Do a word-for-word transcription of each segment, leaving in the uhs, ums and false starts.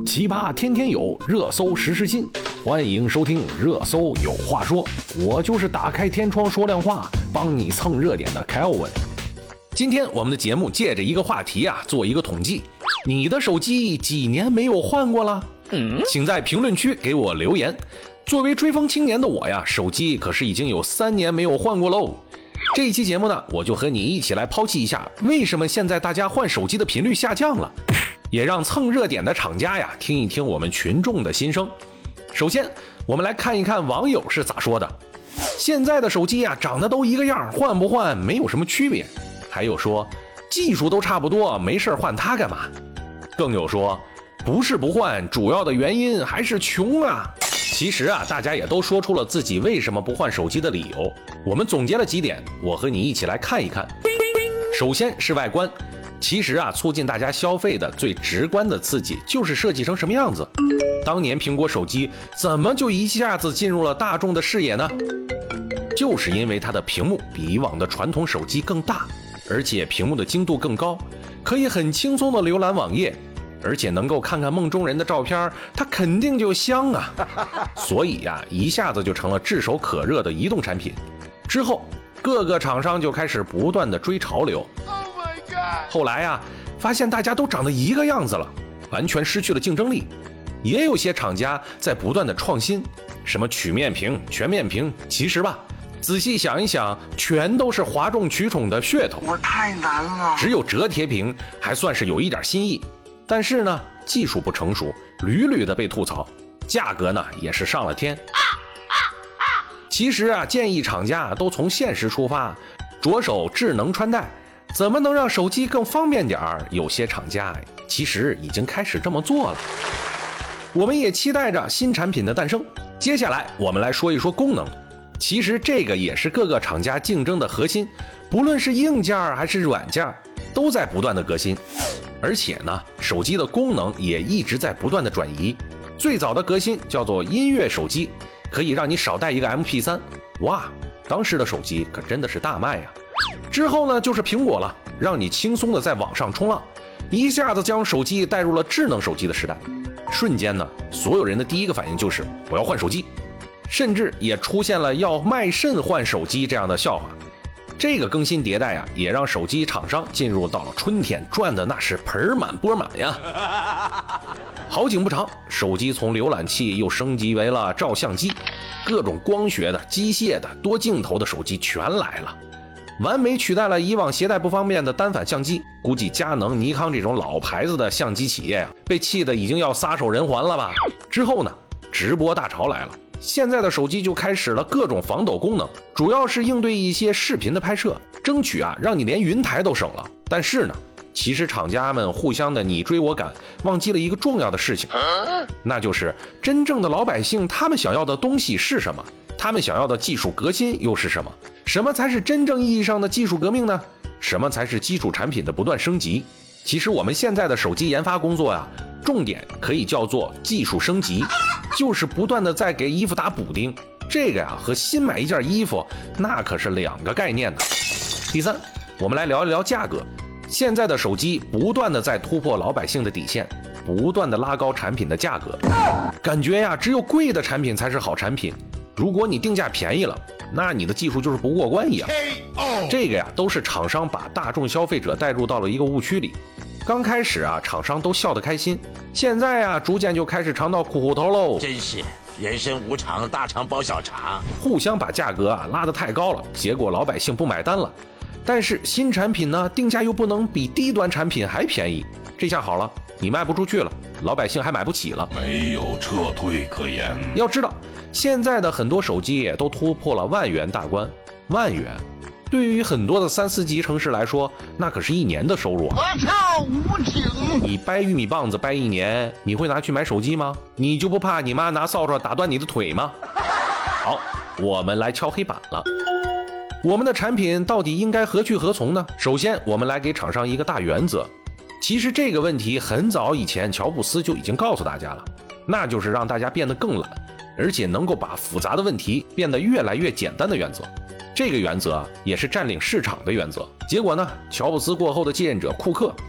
奇葩天天有，热搜时时新。欢迎收听热搜有话说，我就是打开天窗说亮话，帮你蹭热点的凯欧文。今天我们的节目借着一个话题啊，做一个统计，你的手机几年没有换过了？嗯，请在评论区给我留言。作为追风青年的我呀，手机可是已经有三年没有换过喽。这一期节目呢，我就和你一起来抛弃一下，为什么现在大家换手机的频率下降了，也让蹭热点的厂家呀听一听我们群众的心声。首先，我们来看一看网友是咋说的。现在的手机呀，长得都一个样，换不换没有什么区别。还有说，技术都差不多，没事换它干嘛？更有说，不是不换，主要的原因还是穷啊。其实啊，大家也都说出了自己为什么不换手机的理由。我们总结了几点，我和你一起来看一看。首先是外观，其实啊，促进大家消费的最直观的刺激就是设计成什么样子。当年苹果手机怎么就一下子进入了大众的视野呢？就是因为它的屏幕比以往的传统手机更大，而且屏幕的精度更高，可以很轻松的浏览网页。而且能够看看梦中人的照片，它肯定就香啊！所以呀、啊，一下子就成了炙手可热的移动产品。之后，各个厂商就开始不断的追潮流。Oh my God！ 后来啊，发现大家都长得一个样子了，完全失去了竞争力。也有些厂家在不断的创新，什么曲面屏、全面屏，其实吧，仔细想一想，全都是哗众取宠的噱头。我太难了。只有折贴屏还算是有一点新意。但是呢，技术不成熟，屡屡的被吐槽，价格呢也是上了天。其实啊，建议厂家都从现实出发，着手智能穿戴，怎么能让手机更方便点儿？有些厂家其实已经开始这么做了。我们也期待着新产品的诞生。接下来我们来说一说功能，其实这个也是各个厂家竞争的核心，不论是硬件还是软件，都在不断的革新。而且呢，手机的功能也一直在不断的转移。最早的革新叫做音乐手机，可以让你少带一个 M P 三。哇，当时的手机可真的是大卖呀。之后呢，就是苹果了，让你轻松的在网上冲浪，一下子将手机带入了智能手机的时代。瞬间呢，所有人的第一个反应就是我要换手机，甚至也出现了要卖肾换手机这样的笑话。这个更新迭代啊，也让手机厂商进入到了春天，赚的那是盆满钵满呀。好景不长，手机从浏览器又升级为了照相机，各种光学的、机械的、多镜头的手机全来了，完美取代了以往携带不方便的单反相机。估计佳能、尼康这种老牌子的相机企业啊，被气得已经要撒手人寰了吧。之后呢，直播大潮来了。现在的手机就开始了各种防抖功能，主要是应对一些视频的拍摄，争取啊让你连云台都省了。但是呢，其实厂家们互相的你追我赶，忘记了一个重要的事情，那就是真正的老百姓他们想要的东西是什么，他们想要的技术革新又是什么？什么才是真正意义上的技术革命呢？什么才是基础产品的不断升级？其实我们现在的手机研发工作呀、啊，重点可以叫做技术升级，就是不断的在给衣服打补丁。这个呀和新买一件衣服那可是两个概念呢。第三，我们来聊一聊价格。现在的手机不断的在突破老百姓的底线，不断的拉高产品的价格，感觉呀只有贵的产品才是好产品。如果你定价便宜了，那你的技术就是不过关一样。这个呀都是厂商把大众消费者带入到了一个误区里。刚开始啊，厂商都笑得开心，现在啊，逐渐就开始尝到苦苦头喽。 真是人生无常，大肠包小肠， 互相把价格啊拉得太高了，结果老百姓不买单了。但是新产品呢，定价又不能比低端产品还便宜，这下好了，你卖不出去了，老百姓还买不起了， 没有撤退可言。 要知道，现在的很多手机都突破了万元大关，万元。对于很多的三四级城市来说，那可是一年的收入啊！我操，无情！你掰玉米棒子掰一年，你会拿去买手机吗？你就不怕你妈拿扫帚打断你的腿吗？好，我们来敲黑板了。我们的产品到底应该何去何从呢？首先，我们来给厂商一个大原则。其实这个问题很早以前乔布斯就已经告诉大家了，那就是让大家变得更懒，而且能够把复杂的问题变得越来越简单的原则。这个原则也是占领市场的原则。结果呢，乔布斯过后的继任者库克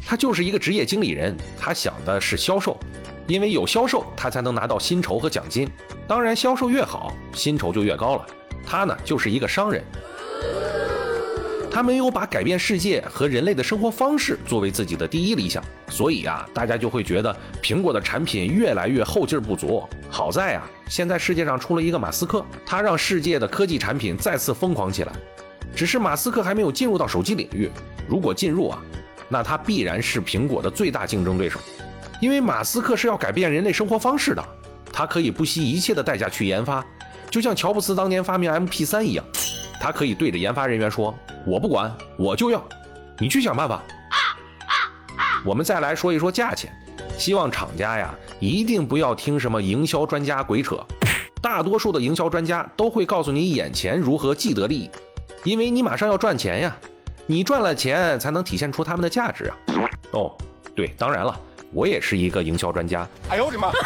他就是一个职业经理人，他想的是销售，因为有销售他才能拿到薪酬和奖金，当然销售越好，薪酬就越高了。他呢就是一个商人，他没有把改变世界和人类的生活方式作为自己的第一理想，所以啊，大家就会觉得苹果的产品越来越后劲儿不足。好在啊，现在世界上出了一个马斯克，他让世界的科技产品再次疯狂起来。只是马斯克还没有进入到手机领域，如果进入啊，那他必然是苹果的最大竞争对手。因为马斯克是要改变人类生活方式的，他可以不惜一切的代价去研发，就像乔布斯当年发明 M P 三 一样，他可以对着研发人员说，我不管，我就要，你去想办法。我们再来说一说价钱，希望厂家呀一定不要听什么营销专家鬼扯，大多数的营销专家都会告诉你眼前如何既得利益，因为你马上要赚钱呀，你赚了钱才能体现出他们的价值啊。哦，对，当然了，我也是一个营销专家。 哎呦我的妈！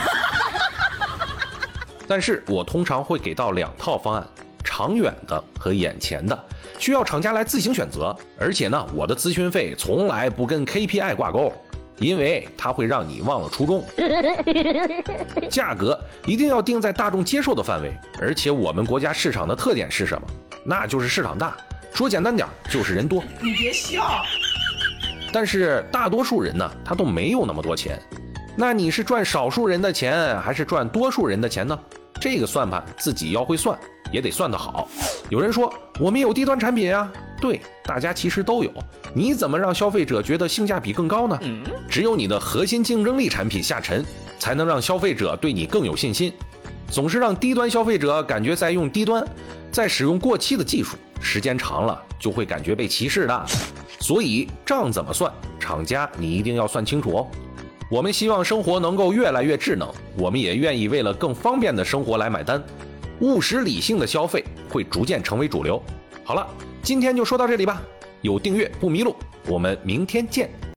但是我通常会给到两套方案，长远的和眼前的，需要厂家来自行选择。而且呢，我的咨询费从来不跟 K P I 挂钩，因为它会让你忘了初衷。价格一定要定在大众接受的范围，而且我们国家市场的特点是什么？那就是市场大，说简单点就是人多。 你别笑。 但是大多数人呢，他都没有那么多钱。那你是赚少数人的钱，还是赚多数人的钱呢？这个算盘自己要会算，也得算得好。有人说我们有低端产品啊，对，大家其实都有。你怎么让消费者觉得性价比更高呢？只有你的核心竞争力产品下沉，才能让消费者对你更有信心。总是让低端消费者感觉在用低端，在使用过期的技术，时间长了就会感觉被歧视的。所以账怎么算，厂家你一定要算清楚哦。我们希望生活能够越来越智能，我们也愿意为了更方便的生活来买单。务实理性的消费会逐渐成为主流。好了，今天就说到这里吧。有订阅不迷路，我们明天见。